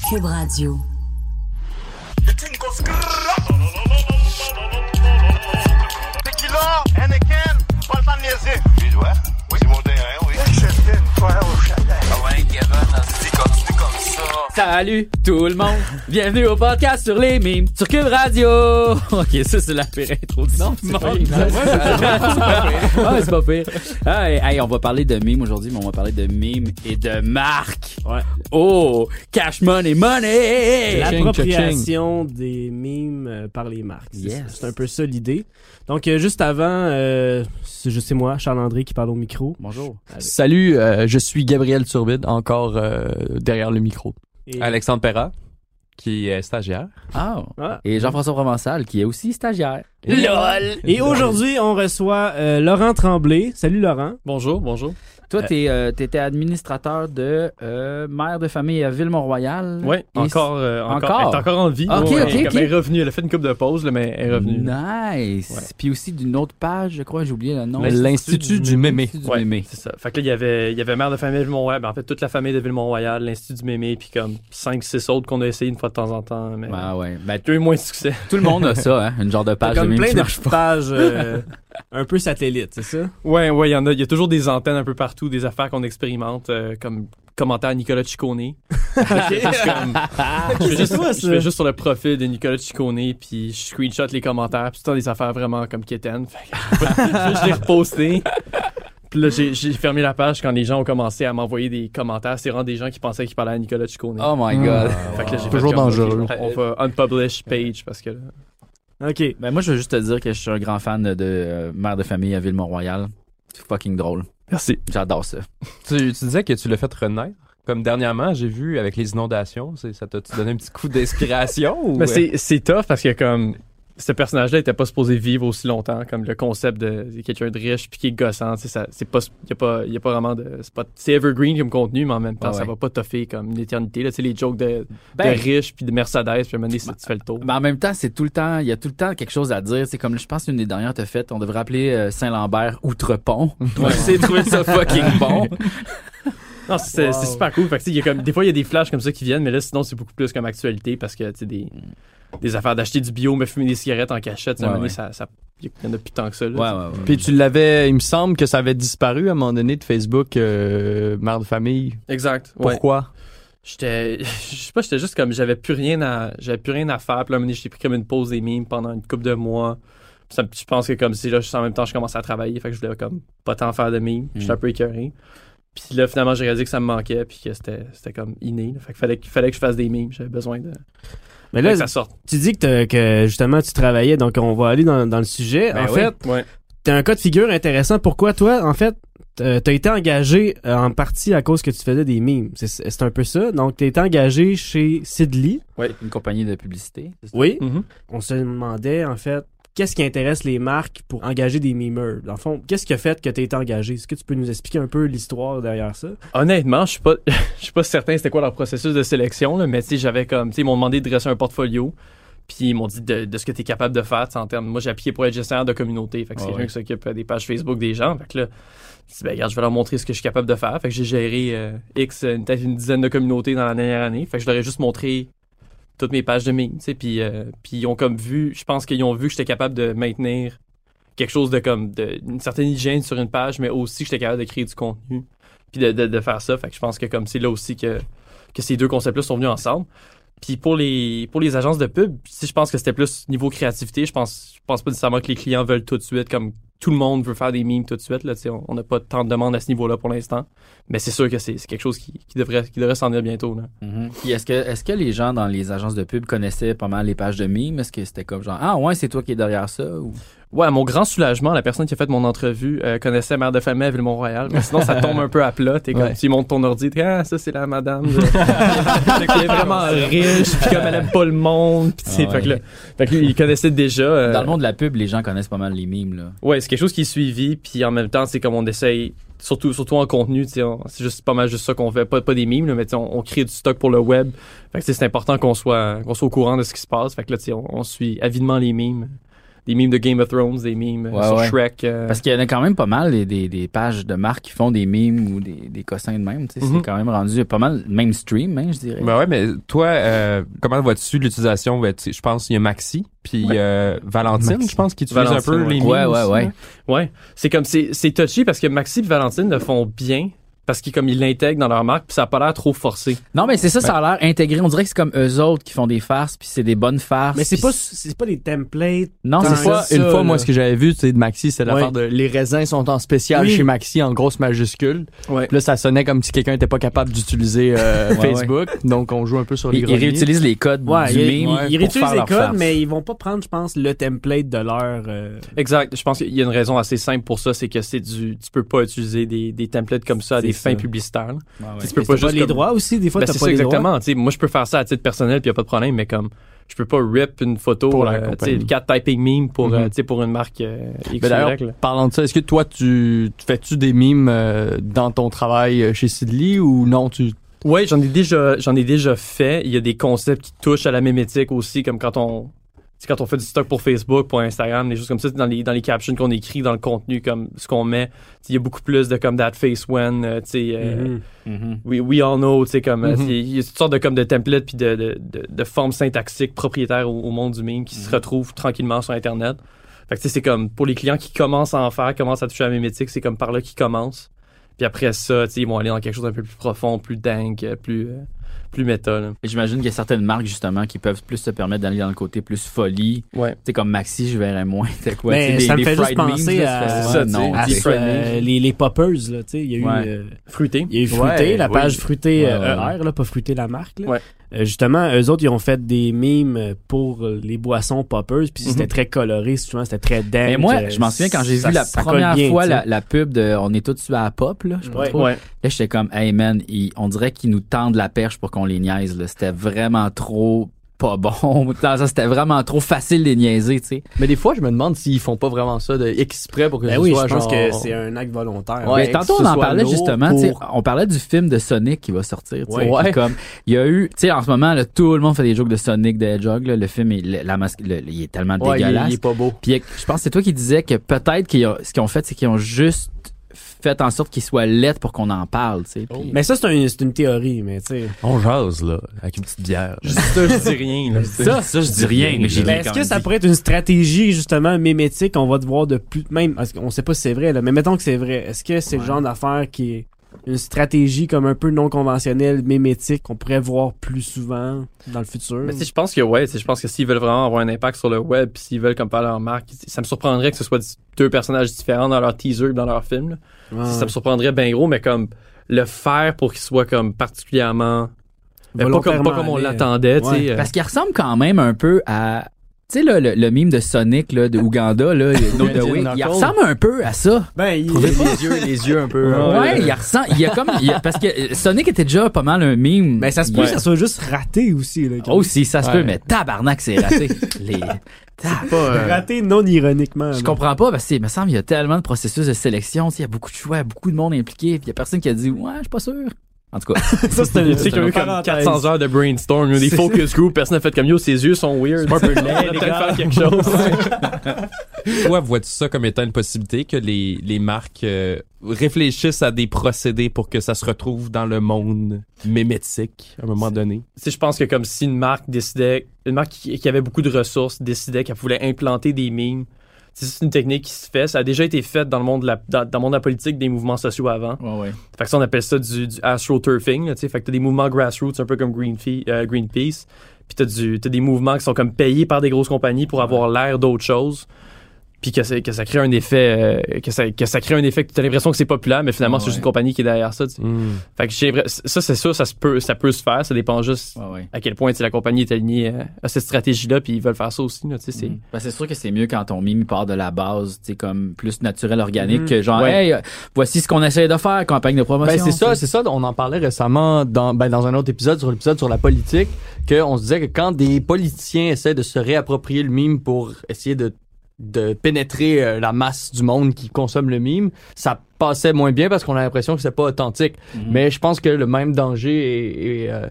Cube Radio. Tequila, Anakin, pas le temps de niaiser. Oui, ouais. Oui, c'est mon terrain, oui. Je fais une soirée au chalet. Ah ouais, Kevin, c'est continue comme ça. Salut tout le monde, bienvenue au podcast sur les mimes sur Cube Radio. Ok, ça c'est la pire intro du monde. Ouais, c'est pas pire. Hey, on va parler de mimes aujourd'hui, mais on va parler de mimes et de marques. Ouais. Oh, cash money. L'appropriation des mimes par les marques. Yes. C'est un peu ça l'idée. Donc, juste avant, c'est moi, Charles-André, qui parle au micro. Bonjour. Salut, je suis Gabriel Turbide, encore derrière le micro. Et Alexandre Perra, qui est stagiaire. Ah. Ah. Et Jean-François Provençal, qui est aussi stagiaire. LOL! Et aujourd'hui, on reçoit Laurent Tremblay. Salut Laurent. Bonjour. Toi, t'étais administrateur de mère de famille à Ville-Mont-Royal. Oui, Et encore. Elle est encore en vie. Ok, Ouais, ok. Elle est revenue. Elle a fait une couple de pauses, là, mais elle est revenue. Nice. Ouais. Puis aussi d'une autre page, je crois, j'ai oublié le nom. L'Institut du Mémé. L'Institut du Ouais, Mémé. c'est ça. Fait que là, il y avait mère de famille à Ville-Mont-Royal. En fait, toute la famille de Ville-Mont-Royal, l'Institut du Mémé, puis comme 5-6 autres qu'on a essayé une fois de temps en temps. Mais Ah ouais. Ben, j'ai eu moins de succès. tout le monde a ça, hein, une genre de T'as page de comme mime plein qui de marche pas. pages un peu satellites, c'est ça? Ouais, il y en a. Il y a toujours des antennes un peu partout, des affaires qu'on expérimente, comme commentaire à Nicolas Ciccone. Je vais juste sur le profil de Nicolas Ciccone, puis je screenshot les commentaires, puis c'est des affaires vraiment comme quétaines. Fait que je l'ai reposté. Puis là, j'ai fermé la page quand les gens ont commencé à m'envoyer des commentaires. C'est vraiment des gens qui pensaient qu'ils parlaient à Nicolas Ciccone. Oh my god. Fait que là, j'ai Toujours fait comme, dangereux. ok, on va unpublish page parce que là, OK. Ben moi, je veux juste te dire que je suis un grand fan de mère de famille à Ville-Mont-Royal. C'est fucking drôle. merci. J'adore ça. Tu disais que tu l'as fait renaître. Comme dernièrement, j'ai vu avec les inondations, ça t'a donné un petit coup d'inspiration? Ou... Mais c'est tough parce que comme ce personnage-là était pas supposé vivre aussi longtemps, comme le concept de quelqu'un de riche puis qui est gossant, tu sais, ça c'est pas y a pas vraiment de c'est evergreen comme contenu, mais en même temps Ah ouais. ça va pas toffer comme une éternité là, tu sais, les jokes de Ben, riches puis de Mercedes puis à un moment donné, tu fais le tour. mais en même temps, c'est tout le temps, il y a tout le temps quelque chose à dire. C'est comme, je pense, une des dernières t'as fait, on devrait appeler Saint-Lambert Outrepont. J'ai trouvé ça fucking bon. Non, c'est super cool. Fait que, tu sais, il y a comme des fois il y a des flashs comme ça qui viennent, mais là sinon c'est beaucoup plus comme actualité parce que tu sais des affaires d'acheter du bio mais fumer des cigarettes en cachette, à un moment donné, ça il y en a plus tant que ça là. Ouais. Puis tu l'avais, il me semble que ça avait disparu à un moment donné de Facebook, mère de famille. Exact. Ouais. Pourquoi? Je sais pas, j'étais juste comme j'avais plus rien à faire. Puis là, à un moment donné, j'ai pris comme une pause des mimes pendant une couple de mois. Puis je pense que comme si là, en même temps, je commençais à travailler, fait que je voulais comme pas tant faire de mimes. J'étais un peu écœuré. Puis là, finalement, j'ai réalisé que ça me manquait, puis que c'était comme inné. Là. Fait qu'il fallait que je fasse des mimes. J'avais besoin de Mais que là, ça sorte. tu dis que justement, tu travaillais, donc on va aller dans le sujet. Ben en oui. fait, Ouais. t'as un cas de figure intéressant. Pourquoi toi, en fait, t'as été engagé en partie à cause que tu faisais des mimes. C'est un peu ça. Donc, t'as été engagé chez Sidley. Une compagnie de publicité. c'est ça? Oui. Mhm. On se demandait, en fait, qu'est-ce qui intéresse les marques pour engager des mimeurs? Dans le fond, qu'est-ce qui a fait que t'as été engagé? Est-ce que tu peux nous expliquer un peu l'histoire derrière ça? Honnêtement, je suis pas certain c'était quoi leur processus de sélection, là, mais tu sais, j'avais comme, tu sais, ils m'ont demandé de dresser un portfolio. Puis ils m'ont dit de ce que tu es capable de faire, tu sais, en termes. Moi, j'ai appliqué pour être gestionnaire de communauté. Fait que c'est quelqu'un qui s'occupe des pages Facebook des gens. Fait que là, je dis, ben, regarde, je vais leur montrer ce que je suis capable de faire. Fait que j'ai géré peut-être une dizaine de communautés dans la dernière année. Fait que je leur ai juste montré toutes mes pages de mimes, tu sais. Puis ils ont comme vu, je pense qu'ils ont vu que j'étais capable de maintenir quelque chose de comme, une certaine hygiène sur une page, mais aussi que j'étais capable de créer du contenu. Puis de faire ça. Fait que je pense que comme c'est là aussi que ces deux concepts-là sont venus ensemble. Puis pour les agences de pub, je pense que c'était plus niveau créativité. Je pense pas nécessairement que les clients veulent tout de suite, comme tout le monde veut faire des mimes tout de suite. Là, on n'a pas tant de demandes à ce niveau-là pour l'instant. Mais c'est sûr que c'est quelque chose qui devrait s'en venir bientôt. Là. Mhm. Puis est-ce que les gens dans les agences de pub connaissaient pas mal les pages de mimes? Est-ce que c'était comme genre, ah ouais, c'est toi qui es derrière ça? Ou... Ouais, à mon grand soulagement, la personne qui a fait mon entrevue connaissait mère de famille à Ville-Mont-Royal. Mais sinon, ça tombe un peu à plat. T'es comme, tu montes ton ordi, t'es ça c'est la madame. Elle est vraiment riche, puis comme elle aime pas le monde. Puis fait que lui, il connaissait déjà. Dans le monde de la pub, les gens connaissent pas mal les mimes, là. Ouais, c'est quelque chose qui est suivi, puis en même temps, c'est comme on essaye, surtout en contenu, c'est juste pas mal juste ça qu'on fait, pas des mimes, là, mais on crée du stock pour le web. Fait que c'est important qu'on soit au courant de ce qui se passe. Fait que là, on suit avidement les mimes memes de Game of Thrones, des memes sur Ouais. Shrek. Parce qu'il y en a quand même pas mal des pages de marques qui font des memes ou des cossins de même. Tu sais, c'est quand même rendu pas mal mainstream, hein, je dirais. Ben ouais, mais toi, comment vois-tu l'utilisation? Ben, je pense qu'il y a Maxi, puis Valentine, je pense, qui utilise un Valentine, peu les memes Ouais, aussi, ouais. là. Ouais, c'est comme c'est touchy parce que Maxi et Valentine le font bien parce qu'ils comme ils l'intègrent dans leur marque puis ça a pas l'air trop forcé. Non, mais c'est ça, ça a l'air intégré. On dirait que c'est comme eux autres qui font des farces, puis c'est des bonnes farces. Mais c'est puis pas des templates. Non, tant c'est que ça. ça, Une fois, là. moi, ce que j'avais vu, c'est de Maxi, c'est l'affaire Ouais. de les raisins sont en spécial Oui. chez Maxi en grosses majuscules. Ouais. Puis là, ça sonnait comme si quelqu'un était pas capable d'utiliser Facebook. Donc, on joue un peu sur Ils l'ironie. réutilisent les codes Ouais, du ils meme réutilisent pour faire les leur codes, farce. mais ils vont pas prendre, je pense, le template de leur... Exact. Je pense qu'il y a une raison assez simple pour ça, c'est que tu peux pas utiliser des templates comme ça à C'est des ça. fins publicitaires. là. Ouais, ouais. Tu peux Mais pas t'as juste les comme- droits aussi, des fois, Ben, t'as c'est pas ça les droits. exactement. Tu sais, moi, je peux faire ça à titre personnel puis y a pas de problème, mais comme je peux pas rip une photo Pour la tu sais, compagnie. le cat typing meme pour Mhm. tu sais pour une marque X Ben d'ailleurs, Y, là. parlant de ça, est-ce que toi, tu fais-tu des mimes dans ton travail chez Sidley ou non? Ouais, j'en ai déjà fait. Il y a des concepts qui touchent à la mémétique aussi, comme quand on fait du stock pour Facebook, pour Instagram, des choses comme ça, dans les captions qu'on écrit, dans le contenu, comme ce qu'on met, il y a beaucoup plus de comme that face when, tu sais, Mhm. Mhm. we all know, tu sais, comme, Mhm. il y a toutes sortes de, comme, de templates puis de formes syntaxiques propriétaires au monde du meme qui se retrouvent tranquillement sur Internet. Fait que, tu sais, c'est comme, pour les clients qui commencent à en faire, commencent à toucher à la mémétique, c'est comme par là qu'ils commencent. Puis après ça, tu sais, ils vont aller dans quelque chose d'un peu plus profond, plus dank, plus méta, là. Et j'imagine qu'il y a certaines marques, justement, qui peuvent plus se permettre d'aller dans le côté plus folie. Ouais. Tu sais, comme Maxi, je verrais moins. C'est quoi, Mais tu sais, ça me des fait juste fried memes, penser là, à, c'est ça, non, à tu sais. fried memes. les poppers, là, tu sais, il y a eu... Ouais. Fruité. Il y a eu Fruité, Ouais, la page oui. Fruité Ouais, ouais, ER, là, pas Fruité la marque. Là. Ouais. Justement, eux autres, ils ont fait des memes pour les boissons poppers, puis c'était Mhm. très coloré, souvent c'était très dank. Mais moi, je m'en souviens quand j'ai ça- vu la ça première colle bien, fois tu sais. la pub de On est tous sur la pop, là, je sais pas Ouais. trop. Ouais. Là, j'étais comme, hey man, on dirait qu'ils nous tendent la perche pour qu'on les niaise, là. C'était vraiment trop pas bon. Ça, c'était vraiment trop facile de les niaiser, tu sais. Mais des fois, je me demande s'ils font pas vraiment ça de exprès pour que Ben ce oui, soit je pense genre... que c'est un acte volontaire. Ouais, Mais tantôt, que on ce en soit parlait lourd justement, tu sais, pour- on parlait du film de Sonic qui va sortir, tu sais. Ouais. Puis comme, il y a eu, tu sais, en ce moment, là, tout le monde fait des jokes de Sonic the Hedgehog, là. Le film, il est tellement Ouais, dégueulasse. il est pas beau. Puis je pense que c'est toi qui disais que peut-être ce qu'ils ont fait, c'est qu'ils ont juste fait en sorte qu'il soit laid pour qu'on en parle, tu sais. Puis- Mais ça, c'est une théorie, mais tu sais. On jase, là, avec une petite bière. Ça, je dis rien, là. Ça, je dis rien, mais j'ai Ben, est-ce que ça pourrait être une stratégie, justement, mémétique, on va devoir de plus, même, parce qu'on sait pas si c'est vrai, là, mais mettons que c'est vrai. Est-ce que c'est le genre d'affaire qui est une stratégie comme un peu non conventionnelle, mémétique, qu'on pourrait voir plus souvent dans le futur? Mais tu sais, je pense que je pense que s'ils veulent vraiment avoir un impact sur le web, puis s'ils veulent comme parler leur marque, ça me surprendrait que ce soit deux personnages différents dans leur teaser, dans leur film. Là. Ouais. Ça me surprendrait bien gros, mais comme le faire pour qu'il soit comme particulièrement pas comme on l'attendait, tu sais. Ouais. Parce qu'il ressemble quand même un peu à, tu sais, là, le mime de Sonic, là, de Ouganda, là, No The Way, il Knuckles. ressemble un peu à ça. Ben, il... les yeux un peu... Ouais, il ressemble, parce que Sonic était déjà pas mal un mime. Ben, ça se peut que ça soit juste raté aussi, là. Oh, si, ça se peut, Ouais. mais tabarnak, c'est raté. Raté non ironiquement. Je là. comprends pas parce que il me semble qu'il y a tellement de processus de sélection, tu sais, il y a beaucoup de choix, beaucoup de monde impliqué, puis il y a personne qui a dit ouais, je suis pas sûr. En tout cas, Ça, c'est Tu sais qu'il y a eu comme 400 heures de brainstorm, des focus group, personne n'a fait comme yo, ses yeux sont weird. C'est pas un peu laid, les gars. Faire quelque chose. Toi, vois-tu ça comme étant une possibilité que les marques réfléchissent à des procédés pour que ça se retrouve dans le monde mémétique à un moment donné? Tu sais, je pense que comme si une marque qui avait beaucoup de ressources décidait qu'elle voulait implanter des memes, tu sais, c'est une technique qui se fait. Ça a déjà été fait dans le monde dans le monde de la politique, des mouvements sociaux avant. ouais. Fait que ça, on appelle ça du astroturfing, là, tu sais. Fait que t'as des mouvements grassroots, un peu comme Greenpeace. Puis t'as des mouvements qui sont comme payés par des grosses compagnies pour avoir l'air d'autre chose. Puis que ça crée un effet, que ça crée un effet que t'as l'impression que c'est populaire, mais finalement, c'est juste une compagnie qui est derrière ça, tu sais. Fait que ça, c'est sûr, ça peut se faire. Ça dépend juste Ouais. à quel point, tu sais, la compagnie est alignée à cette stratégie-là, puis ils veulent faire ça aussi, là, tu sais. C'est... Ben, c'est sûr que c'est mieux quand ton mime part de la base, tu sais, comme plus naturel, organique, que genre, Ouais. hey, voici ce qu'on essaie de faire, campagne de promotion. Ben, c'est ça. On en parlait récemment dans un autre épisode, sur l'épisode sur la politique, qu'on se disait que quand des politiciens essaient de se réapproprier le mime pour essayer de pénétrer la masse du monde qui consomme le mime, ça passait moins bien parce qu'on a l'impression que c'est pas authentique. Mais je pense que le même danger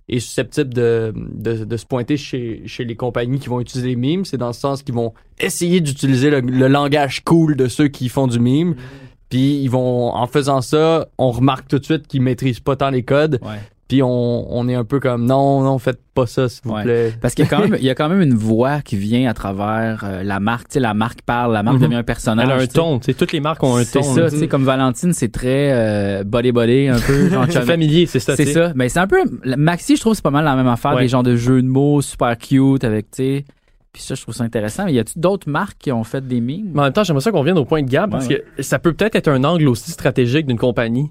est susceptible de se pointer chez les compagnies qui vont utiliser les memes. C'est dans le sens qu'ils vont essayer d'utiliser le langage cool de ceux qui font du meme. Puis ils vont, en faisant ça, on remarque tout de suite qu'ils maîtrisent pas tant les codes. Ouais. Puis on est un peu comme non, faites pas ça, s'il vous plaît. Parce qu'il y a quand même une voix qui vient à travers la marque. Tu sais, la marque parle, la marque devient un personnage. Elle a un ton. Tu sais, toutes les marques ont un ton. C'est ça, tu sais, comme Valentine, c'est très body un peu. Genre, c'est familier, c'est ça. C'est ça. Mais c'est un peu Maxi, je trouve, c'est pas mal la même affaire, des genres de jeux de mots super cute avec, tu sais. Puis ça, je trouve ça intéressant. Mais y a-tu d'autres marques qui ont fait des memes? Mais en même temps, j'aimerais ça qu'on vienne au point de gamme parce que ça peut peut-être être un angle aussi stratégique d'une compagnie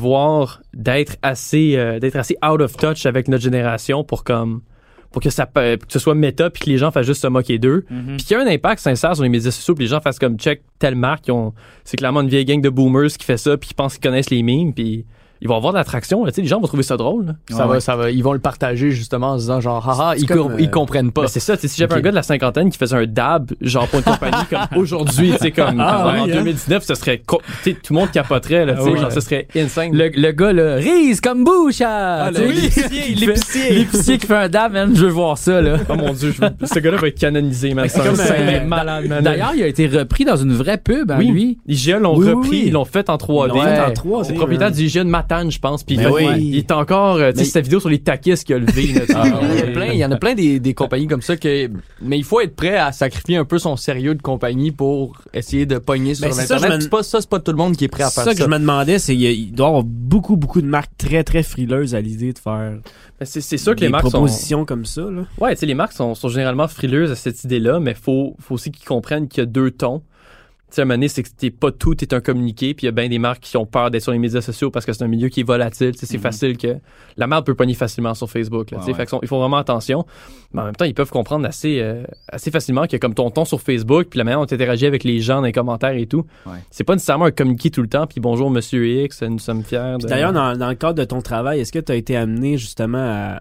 d'être assez out of touch avec notre génération pour que ce soit méta puis que les gens fassent juste se moquer d'eux. Puis qu'il y a un impact sincère sur les médias sociaux puis les gens fassent comme check telle marque, c'est clairement une vieille gang de boomers qui fait ça puis qui pensent qu'ils connaissent les memes puis ils vont avoir de l'attraction, là, tu sais, les gens vont trouver ça drôle, là. Ça va, ils vont le partager justement en se disant genre haha, ils comprennent pas. Ben c'est ça, tu sais, si j'avais un gars de la cinquantaine qui faisait un dab genre pour une compagnie comme aujourd'hui, tu sais, comme en 2019, ce serait tu sais, tout le monde capoterait, là, tu sais, genre ce serait insane. Le gars là, Riz comme boucha. L'épicier qui fait un dab, man, je veux voir ça là. Oh mon dieu, ce gars-là va être canonisé, man. C'est malade, man. D'ailleurs, il a été repris dans une vraie pub, hein, lui. IGA l'ont repris, ils l'ont fait en 3D. C'est le propriétaire du IGA de Matane, je pense. Puis il est encore, tu sais, cette vidéo sur les taquis qu'il a levé. Il y en a plein des compagnies comme ça mais il faut être prêt à sacrifier un peu son sérieux de compagnie pour essayer de pogner sur l'internet. C'est pas tout le monde qui est prêt à faire ça. C'est ça que je me demandais, c'est il doit y avoir beaucoup de marques très très frileuses à l'idée de faire. C'est sûr que les marques propositions comme ça là. Ouais, tu sais, les marques sont généralement frileuses à cette idée-là, mais faut aussi qu'ils comprennent qu'il y a deux tons. Tu sais, à un moment donné, c'est que t'es pas tout, t'es un communiqué, puis il y a bien des marques qui ont peur d'être sur les médias sociaux parce que c'est un milieu qui est volatile. Tu sais, c'est facile que la marque peut pogner facilement sur Facebook. Là, fait que il faut vraiment attention. Mais en même temps, ils peuvent comprendre assez facilement que comme ton ton sur Facebook, puis la manière dont tu interagis avec les gens dans les commentaires et tout, c'est pas nécessairement un communiqué tout le temps. Puis bonjour Monsieur X, nous sommes fiers. D'ailleurs, dans le cadre de ton travail, est-ce que tu as été amené justement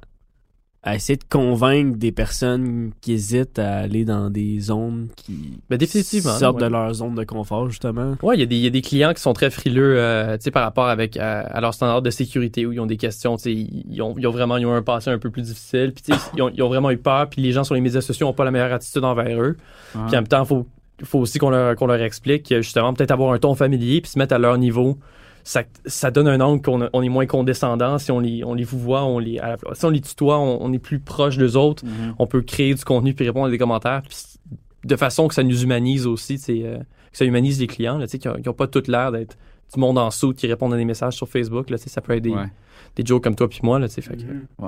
à essayer de convaincre des personnes qui hésitent à aller dans des zones qui définitivement, sortent de leur zone de confort, justement? Ouais, il y a des clients qui sont très frileux, tu sais, par rapport à leur standard de sécurité où ils ont des questions, tu sais, ils ont un passé un peu plus difficile, puis tu sais, ils ont vraiment eu peur, puis les gens sur les médias sociaux ont pas la meilleure attitude envers eux. Puis en même temps, faut aussi qu'on leur explique que justement peut-être avoir un ton familier puis se mettre à leur niveau. Ça donne un angle qu'on est moins condescendant si on les vous voit, si on les tutoie, on est plus proche d'eux autres, on peut créer du contenu puis répondre à des commentaires puis de façon que ça nous humanise aussi, que ça humanise les clients là, qui ont pas toute l'air d'être du monde en saut qui répondent à des messages sur Facebook là, ça peut être des jokes comme toi puis moi là, fait que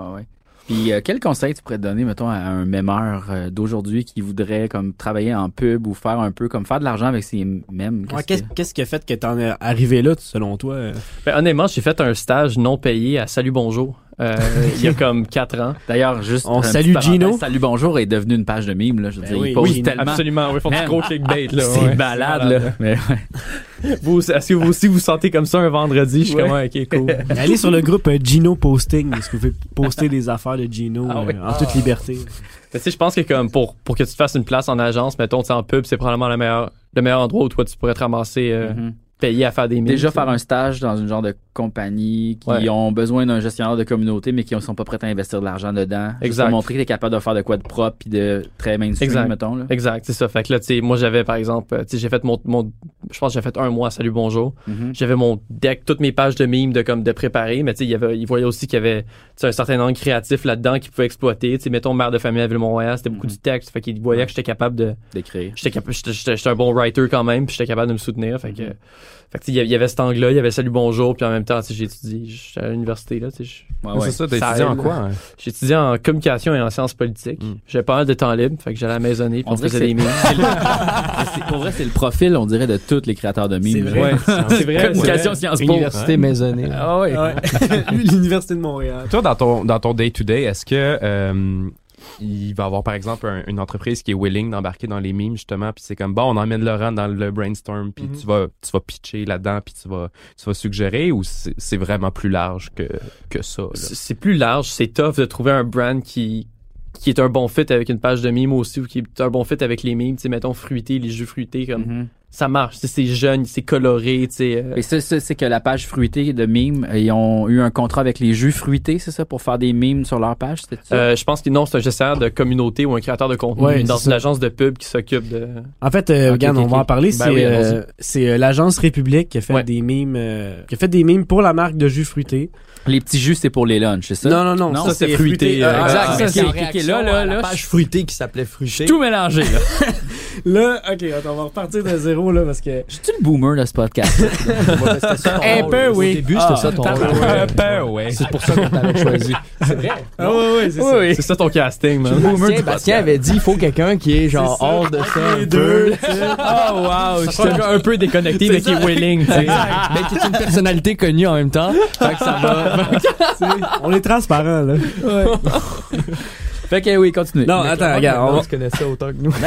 Puis quel conseil tu pourrais donner, mettons, à un mémeur d'aujourd'hui qui voudrait comme travailler en pub ou faire un peu comme faire de l'argent avec ses mèmes? Qu'est-ce qui a fait que t'en es arrivé là, selon toi? Ben, honnêtement, j'ai fait un stage non payé à Salut Bonjour. Il y a comme 4 ans. D'ailleurs, juste on salue Gino. Salut Bonjour est devenu une page de mime là, je veux dire, il pose tellement. Absolument, ils font du gros clickbait là. C'est malade là. Mais est-ce que vous aussi vous sentez comme ça un vendredi? Je suis comme OK, cool. Allez sur le groupe Gino Posting, est-ce que vous pouvez poster des affaires de Gino en toute liberté? Tu sais, je pense que comme pour que tu te fasses une place en agence, mettons, en pub, c'est probablement le meilleur endroit où toi tu pourrais te ramasser payé à faire des mimes. Déjà faire un stage dans une genre de compagnie qui ont besoin d'un gestionnaire de communauté mais qui sont pas prêts à investir de l'argent dedans. Exact. Pour montrer que t'es capable de faire de quoi de propre puis de très mainstream, mettons. Là. Exact, c'est ça. Fait que là, tu sais, moi j'avais par exemple, tu sais, j'ai fait je pense que j'ai fait 1 mois à Salut Bonjour. J'avais mon deck, toutes mes pages de mimes de préparer, mais tu sais, il voyait aussi qu'il y avait un certain angle créatif là-dedans qu'il pouvait exploiter. Tu sais, mettons mère de famille à Ville-Mont-Royal, c'était beaucoup du texte. Fait qu'il voyait que j'étais capable d'écrire. J'étais un bon writer quand même, puis j'étais capable de me soutenir. Fait que il y avait cet angle-là, il y avait Salut Bonjour, puis en même temps, j'ai étudié, j'étais à l'université là, tu sais. C'est ça, t'as étudié en quoi? J'ai étudié en communication et en sciences politiques. J'avais pas mal de temps libre, fait que j'allais à la maisonnée, puis on faisait des mimes. Pour vrai, c'est le profil, on dirait, de tous les créateurs de mimes. C'est vrai. Communication, sciences po. Université maisonnée. Ah ouais. L'université de Montréal. Toi, dans ton day-to-day, est-ce que il va y avoir, par exemple, une entreprise qui est willing d'embarquer dans les memes, justement, puis c'est comme, bon, on emmène Laurent dans le brainstorm, puis tu vas pitcher là-dedans, puis tu vas suggérer, ou c'est vraiment plus large que ça? Là? C'est plus large, c'est tough de trouver un brand qui est un bon fit avec une page de meme aussi, ou qui est un bon fit avec les memes, tu sais, mettons fruité, les jeux fruités, comme ça marche. C'est jeune, c'est coloré, tu sais. Et ça, c'est que la page fruitée de mimes, ils ont eu un contrat avec les jus fruités, c'est ça, pour faire des mimes sur leur page, c'était ça? Je pense que non, c'est un gestionnaire de communauté ou un créateur de contenu dans une agence de pub qui s'occupe de... En fait, regarde, on va en parler. Ben C'est l'agence République qui a fait des mimes, pour la marque de jus fruité. Les petits jus, c'est pour les lunchs, c'est ça? Non, ça c'est fruité. Exact. c'est la page fruitée qui s'appelait fruité. Tout mélangé, là. Là, ok, attends, on va repartir de zéro, là, parce que... Je suis le boomer de ce podcast? Un peu, oui. Au début, c'était ça ton rôle. Un peu, ouais. C'est pour ça qu'on t'avait choisi. C'est vrai. Ah ouais, c'est ça. C'est ça ton casting, man. Bastien avait dit, il faut quelqu'un qui est genre hors de ça. Les deux, Oh wow, j'étais un peu déconnecté, mais qui est willing, tu sais. Mais qui est une personnalité connue en même temps. Fait que ça va. On est transparent, là. Fait que oui, continue. Non, attends, regarde, On se connaît ça autant que nous.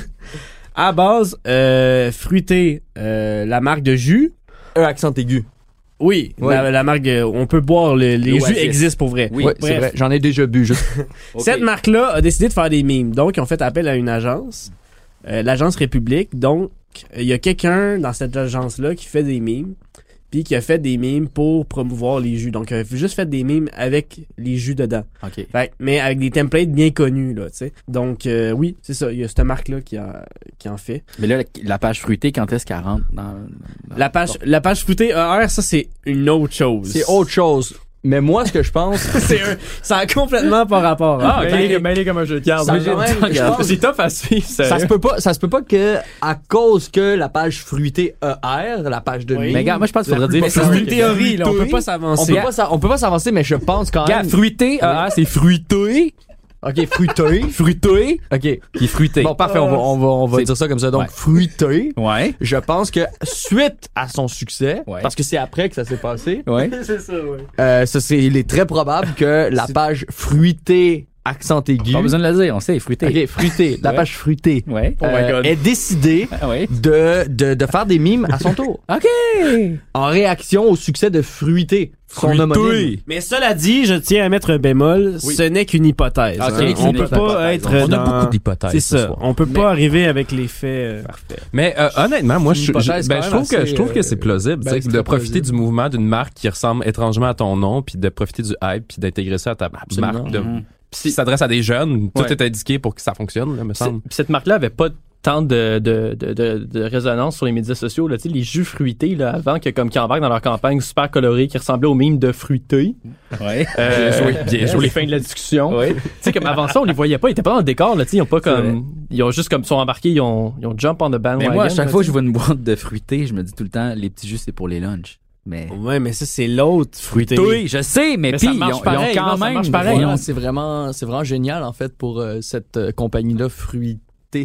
à base, fruité, la marque de jus. Accent aigu. Oui, Ouais. la marque, on peut boire les jus Oasis. existent pour vrai. Oui, Ouais, bref. c'est vrai. J'en ai déjà bu. Juste. Ok. Cette marque-là a décidé de faire des mimes. Donc, ils ont fait appel à une agence, l'agence République. Donc, il y a quelqu'un dans cette agence-là qui fait des mimes, puis qui a fait des mimes pour promouvoir les jus. Donc, il a juste fait des mimes avec les jus dedans. OK. Fait, mais avec des templates bien connus, là, tu sais. Donc, oui, c'est ça. Il y a cette marque-là qui en fait. Mais là, la page fruitée, quand est-ce qu'elle rentre dans La page fruitée ER, ça, c'est une autre chose. C'est autre chose. Mais moi, ce que je pense, Ça a complètement pas rapport. Ah, hein. ok, mêlé comme un jeu de cartes. Ça a quand même- je pense- C'est tough à suivre, ça se peut pas que à cause que la page fruitée ER, la page de Oui. mime, Mais gars, moi, je pense qu'il faudrait Mais dire ça, c'est une fruité. théorie, là. On peut pas on s'avancer. peut pas s'avancer, mais je pense quand Gars, même. fruité, c'est fruité. Ok, fruité. Fruité. Ok. Puis fruité. Bon, parfait, on va C'est- dire ça comme ça. Donc, Ouais. fruité. Ouais. Je pense que suite à son succès, Ouais. parce que c'est après que ça s'est passé, Ouais. C'est ça, ouais. il est très probable que la page fruitée accent aigu. Pas besoin de le dire, on sait, fruité. Ok, fruitée. La Ouais. page fruitée. Ouais. Oh my God. Est décidée Ah ouais. de faire des mimes à son tour. OK. En réaction au succès de fruité. Son homonyme. Mais cela dit, je tiens à mettre un bémol, ce n'est qu'une hypothèse. Ah, hein. c'est une On peut hypothèse. pas être On a dans... beaucoup d'hypothèses. C'est ce ça. soir. On peut pas arriver avec les faits. Mais honnêtement, moi, C'est une je hypothèse quand trouve même que je trouve que assez, c'est plausible, ben, tu sais, c'est de très profiter plausible. du mouvement d'une marque qui ressemble étrangement à ton nom, puis de profiter du hype, puis d'intégrer ça à ta Absolument. marque, de, Mhm. qui s'adresse à des jeunes. Tout Ouais. est indiqué pour que ça fonctionne, là, me semble. Puis cette marque-là avait pas tant de résonance sur les médias sociaux. Là. Tu sais, les jus fruités, là, avant, qui embarquent dans leur campagne super colorée, qui ressemblaient aux mimes de fruités. Ouais. Bien joué. Les fins de la discussion. Ouais. Tu sais, comme avant ça, on les voyait pas. Ils étaient pas dans le décor. Là, tu sais, ils ont pas comme... Ils ont juste comme sont embarqués, ils ont jump on the bandwagon. Mais moi, à chaque là, fois que tu je vois une boîte de fruité, je me dis tout le temps, les petits jus, c'est pour les lunchs. Mais. Ouais, mais ça, c'est l'autre fruité. Oui, je sais, mais, Mais puis ça ils marche ont pareil, quand non, ça même. marche pareil. Voilà, c'est vraiment génial en fait pour cette compagnie-là fruitée.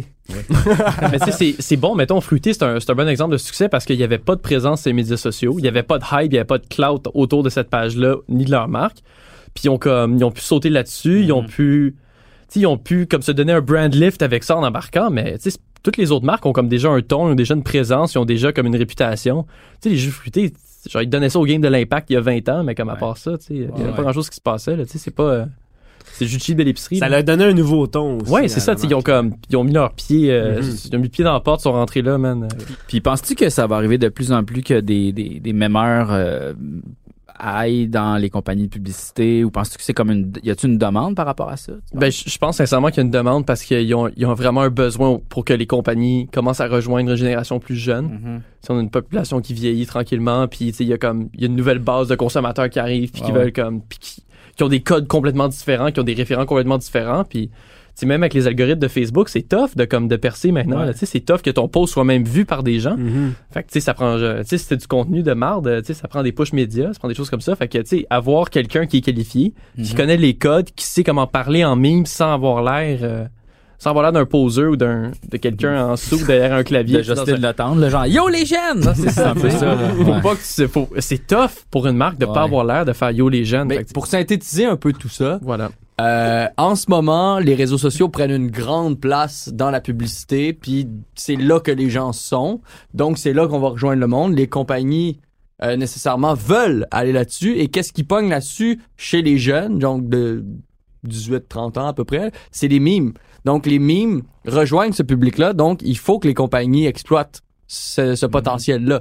Mais tu sais, c'est bon, mettons, Fruité, c'est un bon exemple de succès parce qu'il n'y avait pas de présence sur les médias sociaux, il n'y avait pas de hype, il n'y avait pas de clout autour de cette page-là, ni de leur marque. Puis ils ont pu sauter là-dessus, ils ont pu comme se donner un brand lift avec ça en embarquant, mais tu sais, toutes les autres marques ont comme déjà un ton, ils ont déjà une présence, ils ont déjà comme une réputation. Tu sais, les jus fruités, genre, ils donnaient ça au game de l'Impact il y a 20 ans, mais comme à part ça, tu sais, il n'y avait pas grand-chose qui se passait, là, tu sais, c'est pas... c'est juste cheap de l'épicerie. Ça là. leur donnait un nouveau ton aussi. Ouais, c'est ça, tu sais, ils ont mis leurs pieds, ils ont mis le pied dans la porte, ils sont rentrés là, man. Puis penses-tu que ça va arriver de plus en plus que des mémeurs aillent dans les compagnies de publicité, ou penses-tu que c'est comme y a-tu une demande par rapport à ça? Ben, je pense sincèrement qu'il y a une demande parce qu'ils ont vraiment un besoin pour que les compagnies commencent à rejoindre une génération plus jeune. Mhm. Si on a une population qui vieillit tranquillement, puis tu sais, il y a une nouvelle base de consommateurs qui arrivent, puis qui Ouais. veulent comme, puis qui ont des codes complètement différents, qui ont des référents complètement différents, puis tu sais, même avec les algorithmes de Facebook, c'est tough de percer maintenant. Ouais. là. Tu sais, c'est tough que ton post soit même vu par des gens. Mhm. Fait que tu sais, ça prend, tu sais, si c'est du contenu de marde, tu sais, ça prend des push médias, ça prend des choses comme ça. Fait que tu sais, avoir quelqu'un qui est qualifié, qui connaît les codes, qui sait comment parler en mime sans avoir l'air d'un poseur ou de quelqu'un en sous derrière un clavier. De Justin Letendre, le genre Yo les jeunes! C'est un peu ça. là. Faut Ouais. pas que c'est tough pour une marque de Ouais. pas avoir l'air de faire yo les jeunes. Mais Fait que, pour synthétiser un peu tout ça, voilà. en ce moment, les réseaux sociaux prennent une grande place dans la publicité, puis c'est là que les gens sont. Donc, c'est là qu'on va rejoindre le monde. Les compagnies, nécessairement, veulent aller là-dessus. Et qu'est-ce qui pogne là-dessus chez les jeunes, donc de 18-30 ans à peu près? C'est les mimes. Donc, les mimes rejoignent ce public-là. Donc, il faut que les compagnies exploitent ce potentiel-là.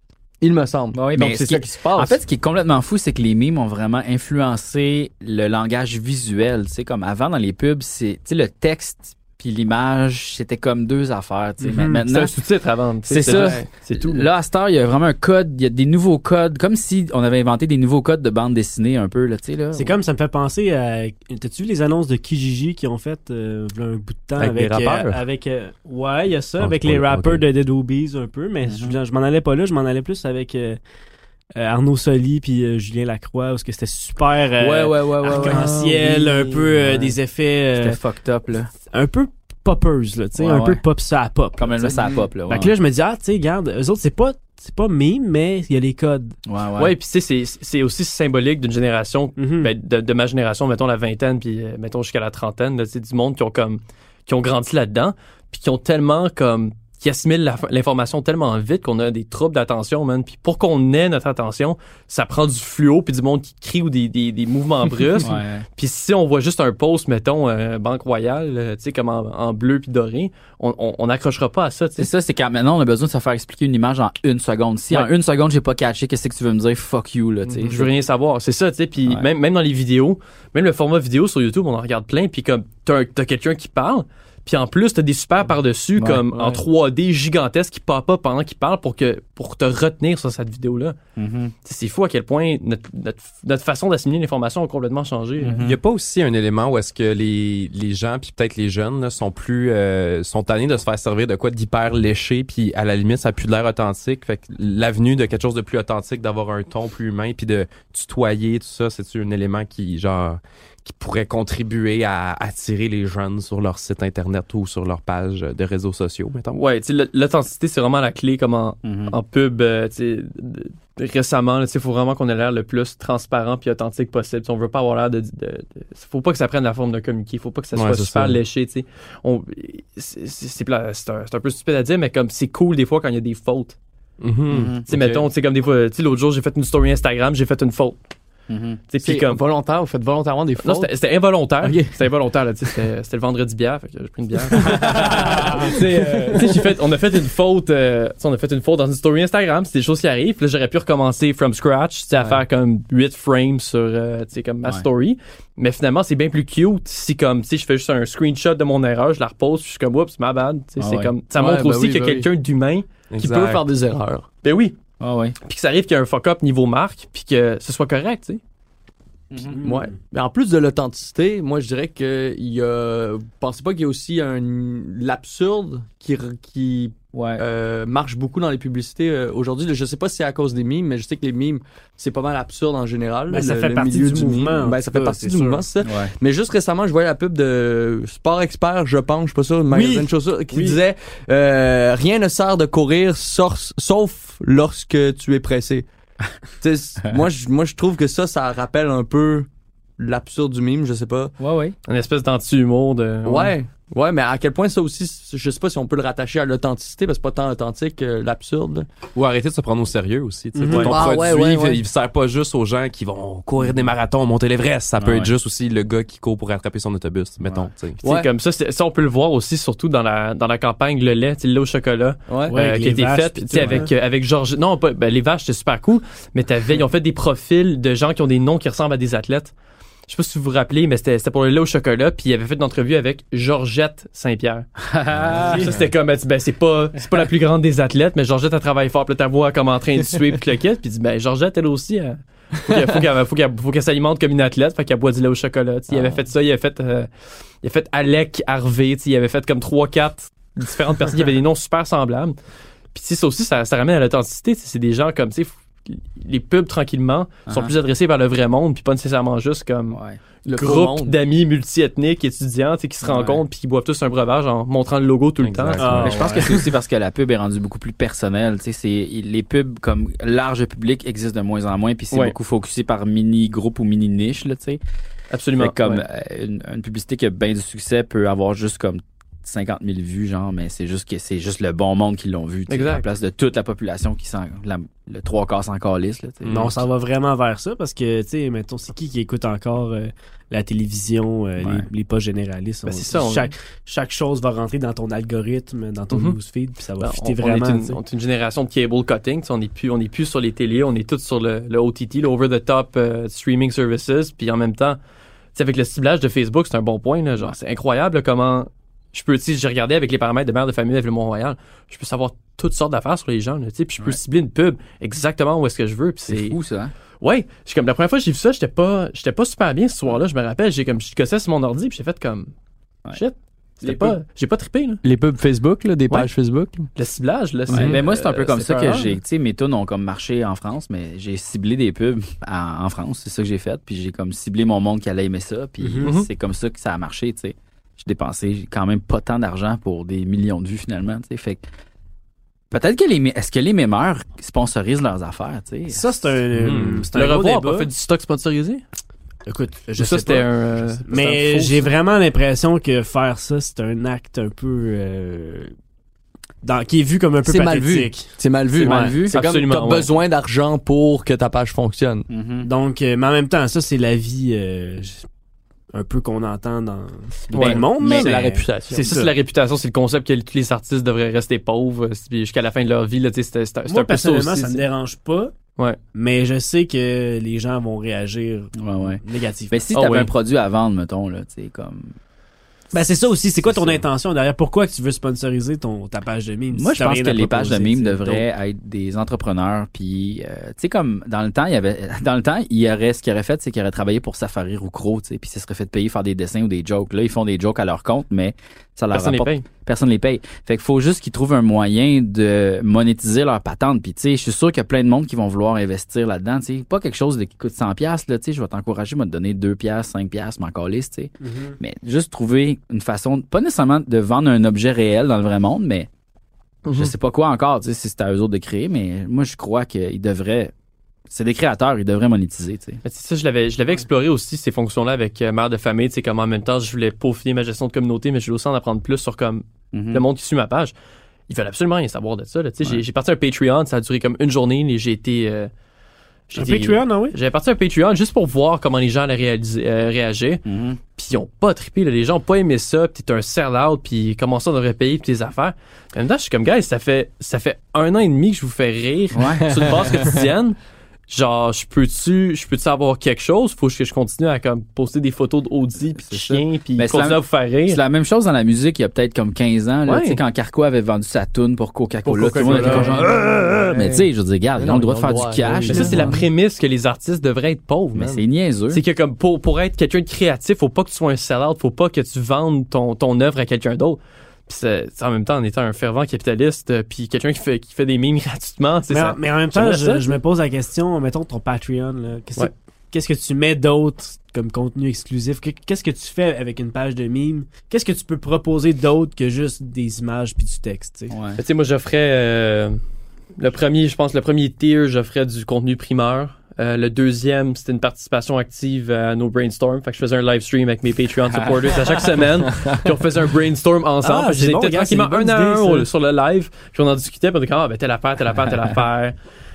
Il me semble. Oui, Donc, mais c'est ça qui se passe. En fait, ce qui est complètement fou, c'est que les mimes ont vraiment influencé le langage visuel. Tu sais, comme avant, dans les pubs, tu sais, le texte puis l'image, c'était comme deux affaires. Tu sais. Maintenant, c'est un sous-titre avant. C'est ça. C'est tout. Là, à cette heure, il y a vraiment un code, il y a des nouveaux codes, comme si on avait inventé des nouveaux codes de bande dessinée un peu, là, tu sais, là. C'est comme, ça me fait penser à... T'as-tu vu les annonces de Kijiji qui ont fait v'là un bout de temps Avec les rappeurs? Ouais, il y a ça, Ah, avec c'est les pas- rappeurs ok. de Dead Obies un peu, mais je m'en allais pas là, je m'en allais plus avec Arnaud Soli puis Julien Lacroix, parce que c'était super Ouais. arc-en-ciel, Ah, un oui, peu ouais. des effets C'était fucked up, là. un peu poppers, là, tu sais, Ouais, un peu ouais. pop ça à pop. Comme là, elle tu met sais. ça pop, là. Fait que là, je me dis, tu sais, regarde, eux autres, c'est pas meme, mais il y a les codes. Ouais, puis tu sais, c'est aussi symbolique d'une génération, Mhm. ben, de ma génération, mettons la vingtaine, puis mettons jusqu'à la trentaine, là, tu sais, du monde qui ont grandi là-dedans, puis qui ont tellement comme qui assimilent l'information tellement vite qu'on a des troubles d'attention, man. Puis pour qu'on ait notre attention, ça prend du fluo puis du monde qui crie ou des mouvements brusques. Ouais. Puis si on voit juste un post, mettons, Banque Royale, tu sais, comme en bleu puis doré, on n'accrochera pas à ça, tu C'est sais. ça, c'est quand maintenant on a besoin de se faire expliquer une image en une seconde. Si en Ouais. une seconde j'ai pas catché, qu'est-ce que tu veux me dire? Fuck you, là, tu sais. Je veux rien savoir, c'est ça, tu sais. Puis Ouais. même dans les vidéos, même le format vidéo sur YouTube, on en regarde plein. Puis comme t'as quelqu'un qui parle, puis en plus t'as des super par-dessus Ouais, comme en ouais. 3D gigantesques qui pop up pendant qu'il parle pour te retenir sur cette vidéo-là. Mhm. C'est fou à quel point notre façon d'assimiler l'information a complètement changé. Mhm. Il n'y a pas aussi un élément où est-ce que les gens, puis peut-être les jeunes, là, sont tannés de se faire servir de quoi d'hyper léché, puis à la limite, ça a plus de l'air authentique. Fait que l'avenue de quelque chose de plus authentique, d'avoir un ton plus humain, puis de tutoyer, tout ça, c'est un élément qui pourrait contribuer à attirer les jeunes sur leur site internet ou sur leur page de réseaux sociaux, mettons. Ouais, tu sais, l'authenticité, c'est vraiment la clé, comme en Mhm. pub, tu sais, récemment, tu sais, faut vraiment qu'on ait l'air le plus transparent puis authentique possible. Tu sais, on veut pas avoir l'air faut pas que ça prenne la forme de communiquer, faut pas que ça Ouais, soit c'est super ça. léché, tu sais. C'est un peu stupide à dire, mais comme c'est cool des fois quand il y a des fautes. Mhm. Mhm. Tu sais, mettons, tu sais, comme des fois, tu sais, l'autre jour, j'ai fait une story Instagram, j'ai fait une faute. Mhm. Tu sais, C'est puis comme... volontaire, vous faites volontairement des Non, fautes. c'était involontaire. Ok. C'était involontaire, là, tu sais, c'était le vendredi bière, fait que j'ai pris une bière. Tu sais, on a fait une faute, tu sais, on a fait une faute dans une story Instagram, c'est des choses qui arrivent, puis là, j'aurais pu recommencer from scratch, tu sais, à faire comme 8 frames sur, tu sais, comme ma Ouais. story. Mais finalement, c'est bien plus cute si comme, tu sais, je fais juste un screenshot de mon erreur, je la repose, puis je suis comme, oups, ma bad. Tu sais, Ah c'est ouais. comme, ça Ouais, montre ben aussi oui, qu'il y a ben oui. quelqu'un d'humain. Qui Exact. peut faire des erreurs. Ben oui. Ah ouais. Puis que ça arrive qu'il y a un fuck-up niveau marque, puis que ce soit correct, tu sais. Ouais. Mais en plus de l'authenticité, moi je dirais que il y a. Vous pensez pas qu'il y a aussi l'absurde qui Ouais. marche beaucoup dans les publicités aujourd'hui? Je sais pas si c'est à cause des mimes, mais je sais que les mimes, c'est pas mal absurde en général. Ben, ça le fait partie milieu du mouvement, meme. en Ben, tout ça cas, fait partie c'est du sûr. mouvement, c'est ça. Ouais. Mais juste récemment, je voyais la pub de Sport Expert, je pense, je sais pas ça, une magasin de chaussures, qui Oui. disait rien ne sert de courir sauf lorsque tu es pressé. Tu sais, moi, je trouve que ça rappelle un peu l'absurde du mime, je sais pas. Ouais. Une espèce d'anti-humour de... Ouais, mais à quel point ça aussi, je sais pas si on peut le rattacher à l'authenticité, parce que c'est pas tant authentique que l'absurde. Ou arrêter de se prendre au sérieux aussi. Tu sais. Mhm. Ton Ah, produit, ouais. il sert pas juste aux gens qui vont courir des marathons, monter l'Everest. Ça peut Ah, être ouais. juste aussi le gars qui court pour rattraper son autobus, mettons. tu sais. Tu sais, comme ça, ça, on peut le voir aussi, surtout dans la campagne Le lait, tu sais, le lait au chocolat, Ouais. Ouais, avec qui a les été vaches, faite, puis tu sais, tout, avec Georges. Non, pas, ben, les vaches, c'était super cool, mais ils ont fait des profils de gens qui ont des noms qui ressemblent à des athlètes. Je sais pas si vous vous rappelez, mais c'était pour le lait au chocolat, puis il avait fait une entrevue avec Georgette Saint-Pierre. Ça, c'était comme, ben, c'est pas la plus grande des athlètes, mais Georgette, elle travaille fort, puis là, ta voix comme en train de suer, puis le kit, puis il dit, ben, Georgette, elle aussi, faut qu'elle s'alimente comme une athlète, fait qu'elle boit du lait au chocolat. Tu sais, il avait fait ça, il a fait Alec Harvey, tu sais, il avait fait comme 3-4 différentes personnes qui avaient des noms super semblables. Puis tu sais, ça aussi, ça ramène à l'authenticité. Tu sais, c'est des gens comme, tu sais, les pubs tranquillement sont plus adressés vers le vrai monde, puis pas nécessairement juste comme Ouais. Le faux groupe monde. d'amis multi-ethniques étudiants, tu sais, qui se rencontrent puis qui boivent tous un breuvage en montrant le logo tout le Exact. temps. Ah, Mais je pense que c'est aussi parce que la pub est rendue beaucoup plus personnelle. Tu sais, les pubs comme large public existent de moins en moins, puis c'est Ouais. beaucoup focusé par mini groupe ou mini niche, là, tu sais. Absolument. Fait que comme Ouais. une publicité qui a bien du succès peut avoir juste comme 50 000 vues, genre, mais c'est juste que c'est juste le bon monde qui l'ont vu, tu sais, Exact. à la place de toute la population qui le 3/4 s'en calisse, là, tu sais. Mais on s'en va vraiment vers ça parce que, tu sais, mettons, c'est qui écoute encore la télévision, les pas généralistes. Ben, c'est ça, Chaque chose va rentrer dans ton algorithme, dans ton Mhm. newsfeed, puis ça va Ben, fitter on vraiment. est une génération de cable cutting. On n'est plus sur les télés, on est tous sur le OTT, le over-the-top streaming services. Puis en même temps, avec le ciblage de Facebook, c'est un bon point. Là, genre, c'est incroyable là, comment je peux, j'ai regardé avec les paramètres de mère de famille avec le Mont-Royal, je peux savoir toutes sortes d'affaires sur les gens. Là, puis je peux cibler une pub exactement où est-ce que je veux. Puis C'est fou, ça, hein? Ouais, j'ai comme la première fois que j'ai vu ça, j'étais pas super bien ce soir-là. Je me rappelle, je gossais sur mon ordi, puis j'ai fait comme shit. J'ai pas trippé, là. Les pubs Facebook, là, des pages Facebook. Là. Le ciblage, là, Ouais, mais moi, c'est un peu comme ça que peurant. j'ai... Tu sais, mes tunes ont comme marché en France, mais j'ai ciblé des pubs en France. C'est ça que j'ai fait. Puis j'ai comme ciblé mon monde qui allait aimer ça. Puis Mhm. c'est comme ça que ça a marché, tu sais. J'ai dépensé quand même pas tant d'argent pour des millions de vues, finalement, tu sais. Fait que peut-être que est-ce que les mémeurs sponsorisent leurs affaires, tu sais? Ça, c'est un Le gros revoir a débat. pas fait du stock sponsorisé? Écoute, Je sais c'était un. Mais c'était un faux, j'ai ça. vraiment l'impression que faire ça, c'est un acte un peu... qui est vu comme un peu C'est mal vu. pathétique. C'est mal vu. C'est mal ouais. vu. C'est comme Absolument, t'as ouais. besoin d'argent pour que ta page fonctionne. Mhm. Donc, mais en même temps, ça, c'est la vie un peu qu'on entend dans Ouais, le monde. mais là, C'est la réputation. C'est ça, c'est la réputation, c'est le concept que tous les artistes devraient rester pauvres puis jusqu'à la fin de leur vie. Là, c'est un Moi, peu ça personnellement, aussi. ça me t'sais. dérange pas. Ouais. Mais je sais que les gens vont réagir Ouais. négativement. Mais si Ah t'avais oui. un produit à vendre, mettons, là, tu sais, comme... Ben, c'est ça aussi. C'est quoi ton ça. intention derrière? Pourquoi que tu veux sponsoriser ta page de mime? Moi, si je t'as pense rien que à les pages de proposer, mimes t'sais. devraient être des entrepreneurs. Puis, tu sais, comme dans le temps, il y aurait ce qu'ils auraient fait, c'est qu'ils auraient travaillé pour Safari ou Crow, tu sais, puis ça serait fait payer faire des dessins ou des jokes. Là, ils font des jokes à leur compte, mais ça leur Personne les rapporte. paye. Personne les paye. Fait qu'il faut juste qu'ils trouvent un moyen de monétiser leur patente. Puis, tu sais, je suis sûr qu'il y a plein de monde qui vont vouloir investir là-dedans. Tu sais, pas quelque chose qui coûte 100$, là, tu sais, je vais t'encourager, moi, te donner 2$, 5$, m'en calisse, tu sais. Mhm. Mais juste trouver une façon, pas nécessairement de vendre un objet réel dans le vrai monde, mais je sais pas quoi encore, tu sais, si c'est à eux autres de créer, mais moi, je crois qu'ils devraient, c'est des créateurs, ils devraient monétiser, tu sais. Mais ça, je l'avais exploré aussi, ces fonctions-là, avec mère de famille, tu sais, comme en même temps, je voulais peaufiner ma gestion de communauté, mais je voulais aussi en apprendre plus sur comme Mhm. le monde qui suit ma page. Ils veulent absolument rien savoir de ça, là. Tu sais, j'ai parti un Patreon, ça a duré comme une journée, et j'ai été... Un Patreon, ah oui? J'avais parti un Patreon juste pour voir comment les gens allaient réagir. Mhm. Puis ils ont pas trippé, là. Les gens ont pas aimé ça, puis t'es un sell-out, puis comment ça on devrait payer pour tes affaires. En même temps, je suis comme, guys, ça fait 1 an et demi que je vous fais rire Ouais. sur une base quotidienne. Genre, je peux-tu avoir quelque chose? Faut que je continue à comme poster des photos d'Audi puis de C'est chiens puis Ben, c'est continuer la- à vous faire rire. C'est la même chose dans la musique il y a peut-être comme 15 ans, là, Ouais. tu sais, quand Carco avait vendu sa toune pour Coca-Cola, tout le monde était Coca-Cola. comme genre, mais tu sais, je veux dire, regarde, ils ont le droit de faire du cash. Mais là. ça, c'est la prémisse que les artistes devraient être pauvres, Mais man. c'est niaiseux. C'est que comme pour être quelqu'un de créatif, faut pas que tu sois un sell-out, faut pas que tu vendes ton œuvre à quelqu'un d'autre. Puis c'est en même temps, en étant un fervent capitaliste, puis quelqu'un qui fait des mimes gratuitement, tu sais, ça. Mais en même temps, j'aimerais ça. je me pose la question, mettons ton Patreon, là, Ouais. qu'est-ce que tu mets d'autre comme contenu exclusif? Qu'est-ce que tu fais avec une page de mime? Qu'est-ce que tu peux proposer d'autre que juste des images puis du texte, tu sais? Ouais. Tu sais, moi, j'offrais le premier tier, j'offrais du contenu primeur. Le deuxième, c'était une participation active à nos brainstorms. Fait que je faisais un live stream avec mes Patreon supporters à chaque semaine. Puis on faisait un brainstorm ensemble. Ah, Fait que c'est je les bon, étais gars, c'est tranquillement une bonne un à un idée, ça. sur le live. Puis on en discutait. Puis on était comme, telle affaire.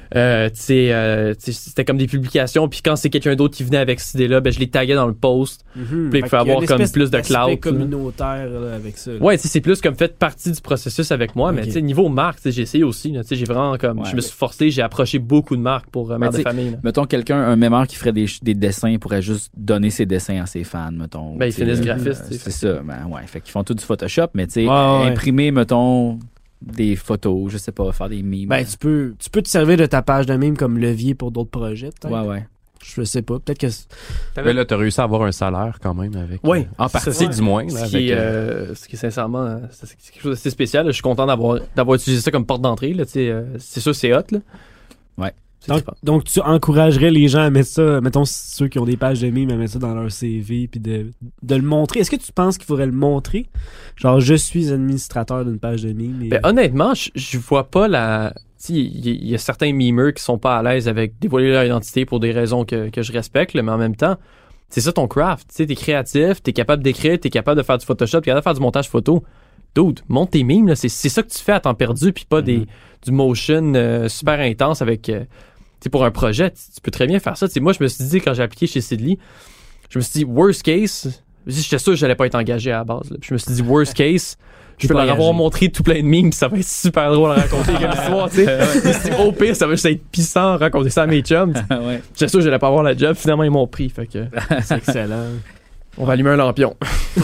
C'était comme des publications. Puis quand c'est quelqu'un d'autre qui venait avec cette idée-là, ben je les taguais dans le post. Mhm. Puis il Fait faut qu'il y a avoir une comme espèce plus de d'aspect clout, là. communautaire là, avec ça. là. Ouais, tu sais, c'est plus comme fait partie du processus avec moi, mais Ok. tu sais, niveau marque, tu sais, j'ai essayé aussi, là, tu sais, j'ai vraiment comme, Ouais. je me suis forcé, j'ai approché beaucoup de marques pour mère de tu sais, famille, là. Mettons un mémeur qui ferait des dessins pourrait juste donner ses dessins à ses fans, mettons. Ben, ils Tu sais, finissent graphistes, tu sais. C'est ça, ben ouais. Fait qu'ils font tout du Photoshop, mais tu sais, Ouais. imprimer, mettons, des photos, je sais pas, faire des mimes. Ben, tu peux te servir de ta page de mime comme levier pour d'autres projets, peut-être. ouais. Je sais pas. Peut-être que. Mais là, t'as réussi à avoir un salaire quand même avec. Ouais, En ça, partie, c'est- du moins. là, Ce avec, qui est sincèrement, c'est quelque chose d'assez spécial, là. Je suis content d'avoir utilisé ça comme porte d'entrée, là, tu sais, c'est sûr, c'est hot, là. Ouais. C'est Donc, trippant. donc, tu encouragerais les gens à mettre ça, mettons ceux qui ont des pages de mime, à mettre ça dans leur CV puis de le montrer. Est-ce que tu penses qu'il faudrait le montrer? Genre, je suis administrateur d'une page de mime. Et... Ben, honnêtement, je vois pas la. Tu sais, il y a certains memers qui sont pas à l'aise avec dévoiler leur identité pour des raisons que je respecte, là, mais en même temps, c'est ça ton craft. Tu sais, t'es créatif, t'es capable d'écrire, t'es capable de faire du Photoshop, t'es capable de faire du montage photo. dude, monte tes memes, là, c'est ça que tu fais à temps perdu, puis pas du motion super intense avec, tu sais, pour un projet, tu peux très bien faire ça. Tu sais, moi, je me suis dit, quand j'ai appliqué chez Sidley, je me suis dit, worst case, j'étais sûr que j'allais pas être engagé à la base, là. Puis je me suis dit, worst case, je peux leur avoir montré tout plein de memes, pis ça va être super drôle à raconter comme histoire, tu sais. Je me suis dit, au pire, ça va juste être pissant raconter ça à mes chums. Ouais. J'étais sûr que j'allais pas avoir la job, finalement, ils m'ont pris, fait que C'est excellent. on va allumer un lampion.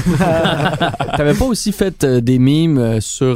T'avais pas aussi fait des mimes sur,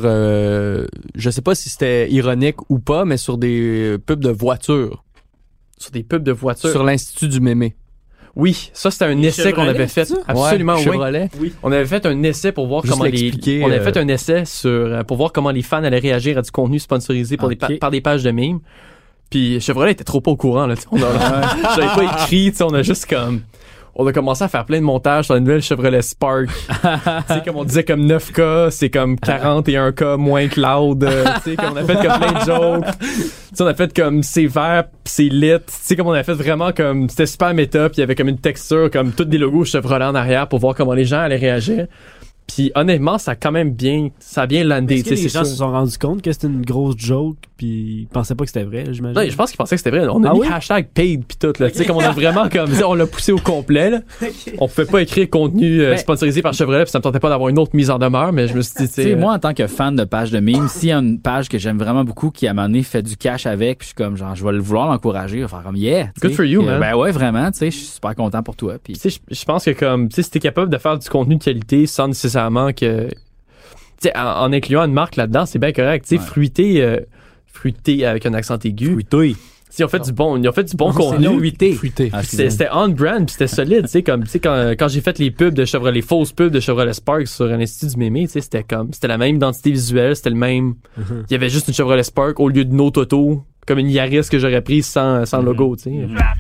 je sais pas si c'était ironique ou pas, mais sur des pubs de voitures, Sur des pubs de voitures. sur l'Institut du mémé. Oui, ça c'était un Les essai qu'on avait Chevrolet, fait. c'est ça? Absolument, Ouais, oui. Chevrolet. On avait fait un essai pour voir Juste comment l'expliquer, on avait fait un essai sur pour voir comment les fans allaient réagir à du contenu sponsorisé pour Ok. par des pages de mimes. Puis Chevrolet était trop pas au courant là. J'avais pas écrit, tu sais, on a juste comme on a commencé à faire plein de montages sur la nouvelle Chevrolet Spark. Tu sais, comme on disait, comme 9K, c'est comme 41K moins cloud. Tu sais, comme on a fait comme plein de jokes. Tu sais, on a fait comme c'est vert, pis c'est lit. Tu sais, comme on a fait vraiment comme, c'était super méta, puis il y avait comme une texture, comme tous des logos Chevrolet en arrière pour voir comment les gens allaient réagir. Puis honnêtement, ça a quand même bien, ça a bien landé. Est-ce que Tu sais, les c'est gens sûr. se sont rendus compte que c'était une grosse joke, puis ils pensaient pas que c'était vrai, j'imagine? Non, je pense qu'ils pensaient que c'était vrai. On a Ah mis oui? hashtag paid pis tout, là. Tu sais, comme on a vraiment comme, tu sais, on l'a poussé au complet, là. On pouvait pas écrire contenu sponsorisé par Chevrolet pis ça me tentait pas d'avoir une autre mise en demeure, mais je me suis dit, Tu sais, moi, en tant que fan de page de memes, s'il y a une page que j'aime vraiment beaucoup qui, à un moment donné, fait du cash avec, puis je suis comme, genre, je vais vouloir l'encourager, je vais faire comme, yeah. tu Good sais. for you, Puis, man. Ben ouais, vraiment, tu sais, je suis super content pour toi. Puis, tu sais, je pense que comme, tu sais, si t'es capable de faire du contenu de qualité sans nécessairement que, tu sais, en incluant une marque là-dedans, c'est bien correct. Tu sais, Ouais. fruité avec un accent aigu. fruitouille. Ils ont fait du bon contenu. Fruité. Ah, C'était on-brand, puis c'était solide, tu sais, comme, tu sais, quand j'ai fait les pubs de Chevrolet, les fausses pubs de Chevrolet Spark sur l'Institut du mémé, tu sais, c'était la même identité visuelle, c'était le même, il y avait juste une Chevrolet Spark au lieu d'une autre auto, comme une Yaris que j'aurais prise sans logo, tu sais.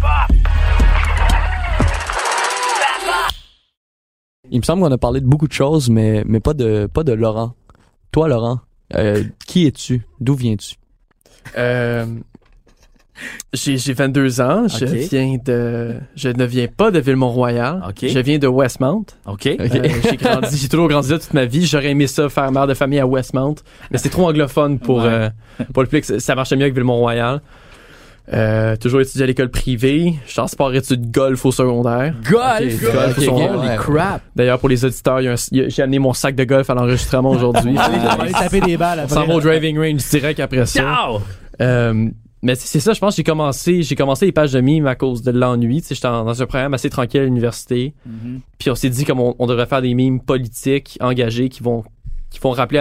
Il me semble qu'on a parlé de beaucoup de choses, mais pas de Laurent. Toi, Laurent, qui es-tu? D'où viens-tu? J'ai 22 ans, Ok. je ne viens pas de Ville-Mont-Royal, Ok. je viens de Westmount. OK. J'ai toujours grandi là toute ma vie. J'aurais aimé ça faire mère de famille à Westmount, mais c'est trop anglophone pour Ouais. le public. Ça marchait mieux avec Ville-Mont-Royal. Toujours étudié à l'école privée. Je suis en sport études golf au secondaire. Golf! Golf au secondaire. ouais. crap! D'ailleurs, pour les auditeurs, j'ai amené mon sac de golf à l'enregistrement aujourd'hui. On va aller taper des balles On après. s'en va au driving range direct après ça. Ciao! Mais c'est ça, je pense que j'ai commencé les pages de mimes à cause de l'ennui. Tu sais, j'étais dans un programme assez tranquille à l'université. Mhm. Puis on s'est dit comme on devrait faire des mimes politiques engagés qui vont rappeler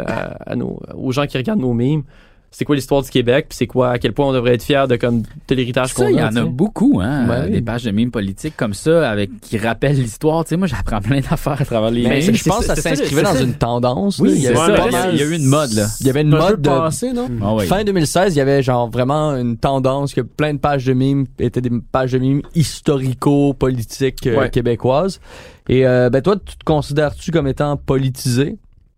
aux gens qui regardent nos mimes c'est quoi l'histoire du Québec, puis c'est quoi à quel point on devrait être fier de comme de l'héritage qu'on Ça, a. il y en tu sais. a beaucoup, hein, Ben oui. des pages de mimes politiques comme ça, qui rappellent l'histoire. Tu sais, moi, j'apprends plein d'affaires à travers les Mais mimes. je pense que ça s'inscrivait dans une tendance. Oui, là. Il y c'est avait ça. pas Il y a- mal- il y a eu une mode, là. Il y avait une Un peu mode de passé, non? Ah oui. fin 2016, il y avait genre vraiment une tendance que plein de pages de mimes étaient des pages de mimes historico-politiques Ouais. québécoises. Et ben toi, tu te considères-tu comme étant politisé?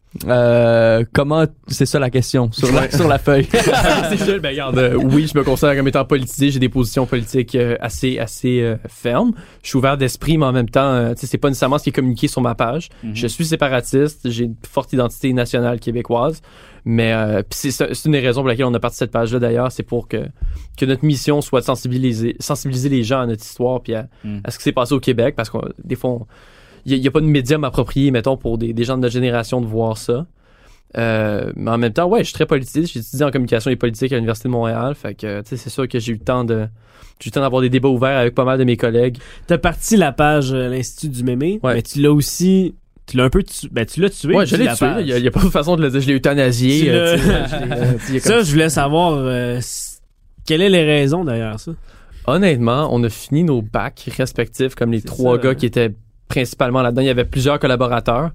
Comment c'est ça la question sur la feuille. C'est sûr, ben regarde, oui, je me considère comme étant politisé, j'ai des positions politiques assez fermes. Je suis ouvert d'esprit, mais en même temps, tu sais, c'est pas nécessairement ce qui est communiqué sur ma page. Mhm. Je suis séparatiste, j'ai une forte identité nationale québécoise, mais pis c'est une des raisons pour laquelle on a parti cette page-là d'ailleurs, c'est pour que notre mission soit de sensibiliser les gens à notre histoire puis à ce qui s'est passé au Québec, parce que des fois il y a pas de médium approprié, mettons, pour des gens de notre génération de voir ça. Mais en même temps, ouais, je suis très politisé. J'ai étudié en communication et politique à l'Université de Montréal. Fait que, tu sais, c'est sûr que j'ai eu le temps d'avoir des débats ouverts avec pas mal de mes collègues. T'as parti la page l'Institut du mémé, Ouais. mais tu l'as aussi... Tu l'as un peu tué. Ben, tu l'as tué. Ouais, aussi, je l'ai la tué. page. Il y a pas de façon de le dire. Je l'ai euthanasié. Tu l'as- tu sais, il y a comme- Ça, je voulais savoir quelles sont les raisons derrière ça. Honnêtement, on a fini nos bacs respectifs comme les C'est trois ça, gars hein. qui étaient principalement là-dedans. Il y avait plusieurs collaborateurs.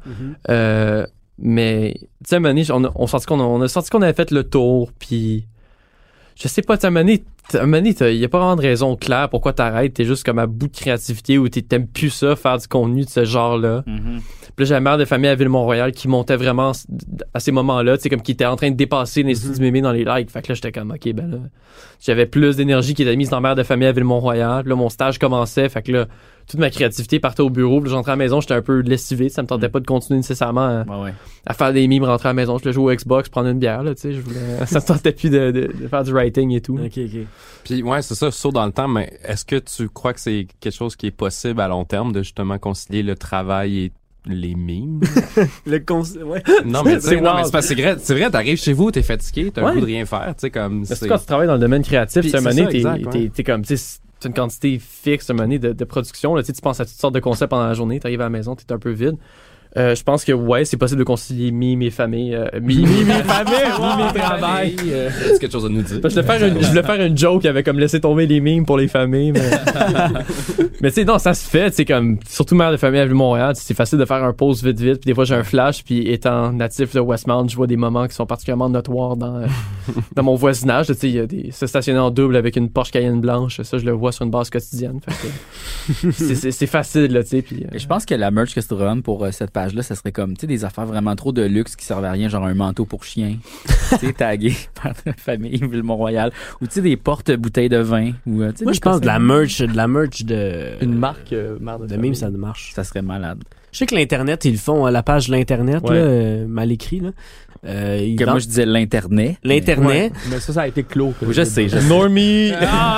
Mais, tu sais, à un moment donné, on a senti qu'on avait fait le tour, puis je sais pas, tu sais, à un moment donné, il y a pas vraiment de raison claire pourquoi t'arrêtes. T'es juste comme à bout de créativité ou t'aimes plus ça, faire du contenu de ce genre-là. Mhm. Puis là, j'avais mère de famille à Ville-Mont-Royal qui montait vraiment à ces moments-là, tu sais, comme qui était en train de dépasser l'Institut du mémé dans les likes. Fait que là, j'étais comme, OK, ben là, j'avais plus d'énergie qui était mise dans mère de famille à Ville-Mont-Royal. Puis là, mon stage commençait. Fait que là, toute ma créativité partait au bureau. Puis là, j'entrais à la maison, j'étais un peu lessivé. Ça me tentait pas de continuer nécessairement à faire des mimes, rentrer à la maison. Je voulais jouer au Xbox, prendre une bière, là, tu sais. Ça me tentait plus de faire du writing et tout. OK. Puis ouais, c'est ça, saut dans le temps, mais est-ce que tu crois que c'est quelque chose qui est possible à long terme de justement concilier le travail et les mimes? Ouais. Non, mais tu sais, C'est non, wow. mais c'est vrai, t'arrives chez vous, t'es fatigué, t'as un Ouais. goût de rien faire, tu sais, comme... Parce que quand tu travailles dans le domaine créatif, Puis c'est un c'est moment ça, exact, ouais. t'es comme, tu sais, c'est une quantité fixe, un moment donné, de production. Là, tu sais, tu penses à toutes sortes de concepts pendant la journée, t'arrives à la maison, t'es un peu vide. Je pense que ouais, c'est possible de concilier mime et famille. Mime et travail. Est-ce quelque chose à nous dire? Je voulais faire une joke avec comme laisser tomber les mimes pour les familles, mais mais tu sais non, ça se fait, tu sais comme surtout mère de famille à Ville-Montréal, c'est facile de faire un pause vite puis des fois j'ai un flash puis étant natif de Westmount, je vois des moments qui sont particulièrement notoires dans mon voisinage, tu sais il y a se stationner en double avec une Porsche Cayenne blanche, ça je le vois sur une base quotidienne, fait que c'est facile là, tu sais puis Et je pense que la merch que tu revends pour cette page-là, ça serait comme, tu sais, des affaires vraiment trop de luxe qui servent à rien, genre un manteau pour chien, tu sais, tagué par la famille Ville-Mont-Royal, ou tu sais, des porte-bouteilles de vin, ou tu sais, Moi, des je pense de la merch Une marque mère de mime, ça marche. ça serait malade. Je sais que l'Internet, ils le font, la page de l'Internet, Ouais. là, mal écrit, là. Ils Que vendent moi, je disais l'Internet. l'Internet. Mais ça a été clos. Mais- Je sais. Normie.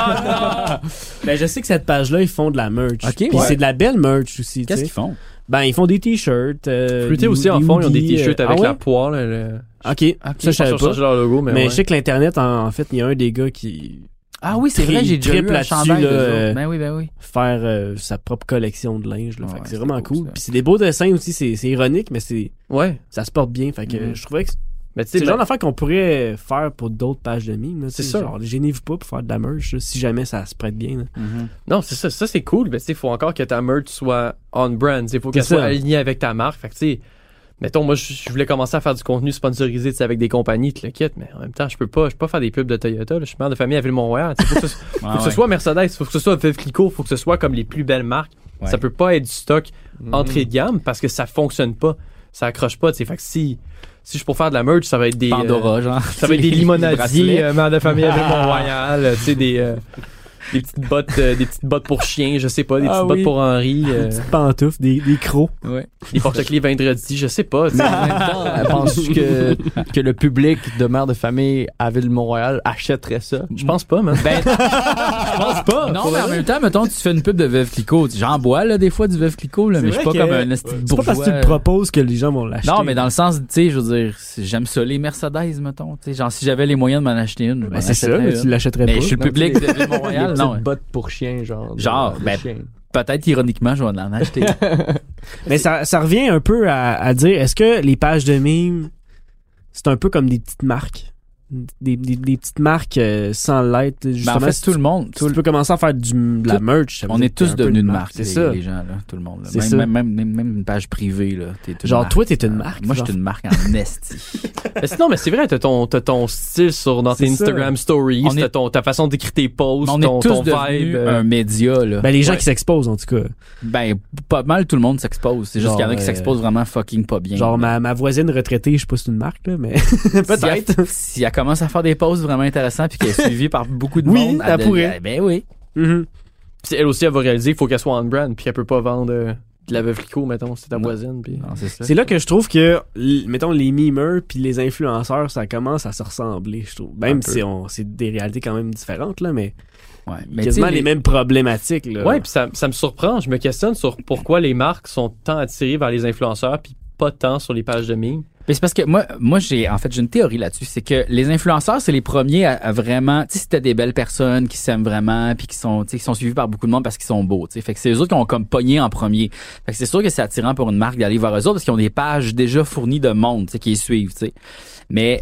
Ben, je sais que cette page-là, ils font de la merch. Ok, Puis ouais. c'est de la belle merch aussi, tu Qu'est-ce sais. qu'ils font? Ben, ils font des t-shirts. Fruité aussi en fond, ils ont des t-shirts avec la ouais? poire là, OK, ça, je savais pas. leur logo, mais Mais ouais. je sais que l'Internet, en fait, il y a un des gars qui Ah oui, c'est vrai, j'ai déjà triple eu un là-dessus, chandail là, d'eux autres. Ben oui. faire sa propre collection de linge. Là. Ouais, Fait que c'est c'est vraiment cool, cool. ça. Puis c'est des beaux dessins aussi, c'est ironique, mais Ouais. ça se porte bien. Fait que je trouvais que Mais tu c'est sais le genre d'affaire qu'on pourrait faire pour d'autres pages de mimes. là, C'est tu sais, ça. Genre, gênez-vous pas pour faire de la merch, là, si jamais ça se prête bien. Là. Non, c'est ça. Ça, c'est cool. Mais tu sais, il faut encore que ta merch soit on-brand. Il faut qu'elle C'est soit ça. alignée avec ta marque. Fait que, tu sais, mettons, moi, je voulais commencer à faire du contenu sponsorisé, tu sais, avec des compagnies, te le quitte, mais en même temps, je peux pas faire des pubs de Toyota, là. Je suis mère de famille à Ville-Mont-Royal. Tu sais, faut que ce soit Mercedes, faut que ce soit Veuve Clicquot, faut que ce soit comme les plus belles marques. Ouais. Ça peut pas être du stock entrée de gamme parce que ça fonctionne pas. Ça accroche pas, tu sais. Fait que si je suis pour faire de la merch, ça va être des Pandora, genre. ça va être des limonadiers, mère de famille à Ville-Mont-Royal, tu sais, des petites bottes pour chiens, je sais pas, des petites bottes pour Henri, Petites pantoufles, des crocs. Ouais. des porte-clés vendredi, je sais pas. tu sais. En même temps, penses-tu que le public de mère de famille à Ville-Mont-Royal achèterait ça? Je pense pas, man. Ben, je pense pas. Non, mais en même temps, mettons, tu fais une pub de Veuve Clicquot. J'en bois, là, des fois, du Veuve Clicquot, là, mais je suis pas comme un esti de C'est pas parce que tu bourgeois. le proposes que les gens vont l'acheter. Non, mais dans le sens, tu sais, je veux dire, j'aime ça, les Mercedes, mettons. Tu sais, genre, si j'avais les moyens de m'en acheter une, je m'en Ben, c'est ça, achèterais mais une. tu l'achèterais Mais pas. je suis le public de Ville-Mont-Royal, Des non. petites bottes pour chiens, genre. Genre, de ben, chiens. Peut-être ironiquement, je vais en acheter. Mais ça revient un peu à dire, est-ce que les pages de mimes, c'est un peu comme des petites marques? Des petites marques sans l'être, Ben, justement. en fait, si tout le monde, tu peux commencer à faire de la merch. ça veut on dire est que t'es tous un peu devenus une marque, C'est les, ça. les gens, là, tout le monde. Là. C'est ça. Même une page privée, là. T'es une Genre, marque. toi, t'es une marque. Moi, je genre. suis une marque en esti. Mais sinon, mais c'est vrai, t'as ton style dans tes C'est ça. Instagram stories, On est- ta façon d'écrire tes posts, On est tous ton devenus vibe. un média, là. Ben, les gens Ouais. qui s'exposent, en tout cas. Ben, pas mal tout le monde s'expose. C'est juste Genre, qu'il y en a qui s'exposent vraiment fucking pas bien. Genre, là. ma voisine retraitée, je sais pas si c'est une marque, là, mais peut-être. Si elle commence à faire des posts vraiment intéressants puis qu'elle est suivie par beaucoup de Oui, monde, elle pourrait. Ben oui. Mhm. Puis elle aussi, elle va réaliser qu'il faut qu'elle soit on-brand, puis elle peut pas vendre de la Veuve Clicquot, mettons, c'est ta Non. voisine. Puis... Non, c'est ça. C'est là que je trouve que, mettons, les memeurs puis les influenceurs, ça commence à se ressembler, je trouve. Même Un peu. si c'est des réalités quand même différentes, là, mais Ouais. Mais quasiment tu sais, les mêmes problématiques, là. Ouais, puis ça me surprend. Je me questionne sur pourquoi les marques sont tant attirées vers les influenceurs, puis pas tant sur les pages de mimes. Mais c'est parce que moi j'ai une théorie là-dessus, c'est que les influenceurs c'est les premiers à vraiment, tu sais, c'était des belles personnes qui s'aiment vraiment puis qui sont suivis par beaucoup de monde parce qu'ils sont beaux, tu sais. Fait que c'est eux autres qui ont comme pogné en premier. Fait que c'est sûr que c'est attirant pour une marque d'aller vers eux autres parce qu'ils ont des pages déjà fournies de monde, tu sais, qui les suivent, tu sais. Mais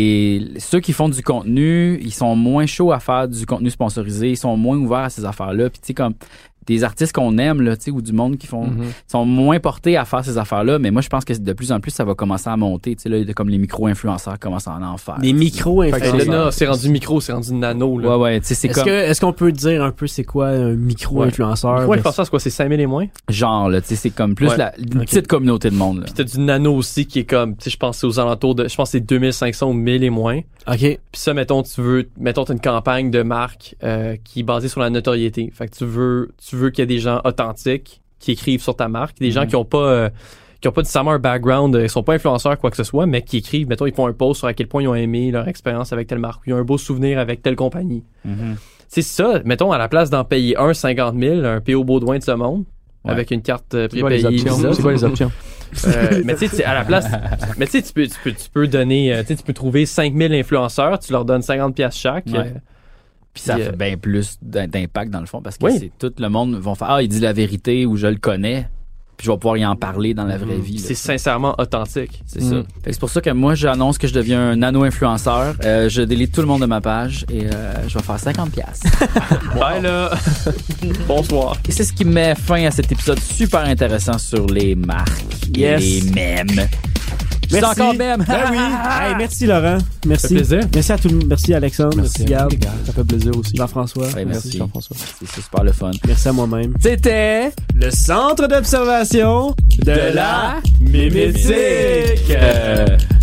ceux qui font du contenu, ils sont moins chauds à faire du contenu sponsorisé, ils sont moins ouverts à ces affaires-là. Puis tu sais comme des artistes qu'on aime, là, tu sais, ou du monde qui sont moins portés à faire ces affaires-là. Mais moi, je pense que de plus en plus, ça va commencer à monter. Tu sais, là, comme les micro-influenceurs commencent à en faire. Des micro-influenceurs. Là, c'est rendu micro, c'est rendu nano, là. Ouais, tu sais, c'est comme... Est-ce qu'on peut dire un peu c'est quoi un micro-influenceur? Micro-influenceur, c'est quoi? C'est 5000 et moins? Genre, là, tu sais, c'est comme plus une petite communauté de monde, là. Puis t'as du nano aussi qui est comme, tu sais, je pense que c'est aux alentours de, je pense que c'est 2500 ou 1000 et moins. OK. Puis ça, mettons, t'as une campagne de marque qui est basée sur la notoriété. Fait que tu veux qu'il y ait des gens authentiques qui écrivent sur ta marque, des gens qui ont pas nécessairement un background, ils sont pas influenceurs quoi que ce soit, mais qui écrivent, mettons, ils font un post sur à quel point ils ont aimé leur expérience avec telle marque, ils ont un beau souvenir avec telle compagnie. C'est ça, mettons, à la place d'en payer 50 000, un P.O. Baudouin de ce monde, avec une carte prépayée Visa. C'est quoi les options? Mais tu sais, à la place, mais tu sais, tu peux donner, tu sais, tu peux trouver 5000 influenceurs, tu leur donnes 50$ chaque. Puis ça fait bien plus d'impact dans le fond parce que c'est tout le monde vont faire il dit la vérité ou je le connais puis je vais pouvoir y en parler dans la vraie vie. C'est sincèrement authentique. C'est ça. Fait que c'est pour ça que moi j'annonce que je deviens un nano-influenceur. Je délite tout le monde de ma page et je vais faire 50$. Ouais là. Bonsoir. Et c'est ce qui met fin à cet épisode super intéressant sur les marques et les mèmes. C'est encore même. Ben oui. Hey, merci Laurent. Merci. Ça fait plaisir. Merci à tout le monde. Merci Alexandre. Merci Gab. Ça fait plaisir aussi. Jean-François. Ouais, merci Jean-François. C'est super le fun. Merci à moi-même. C'était le centre d'observation de la mimétique.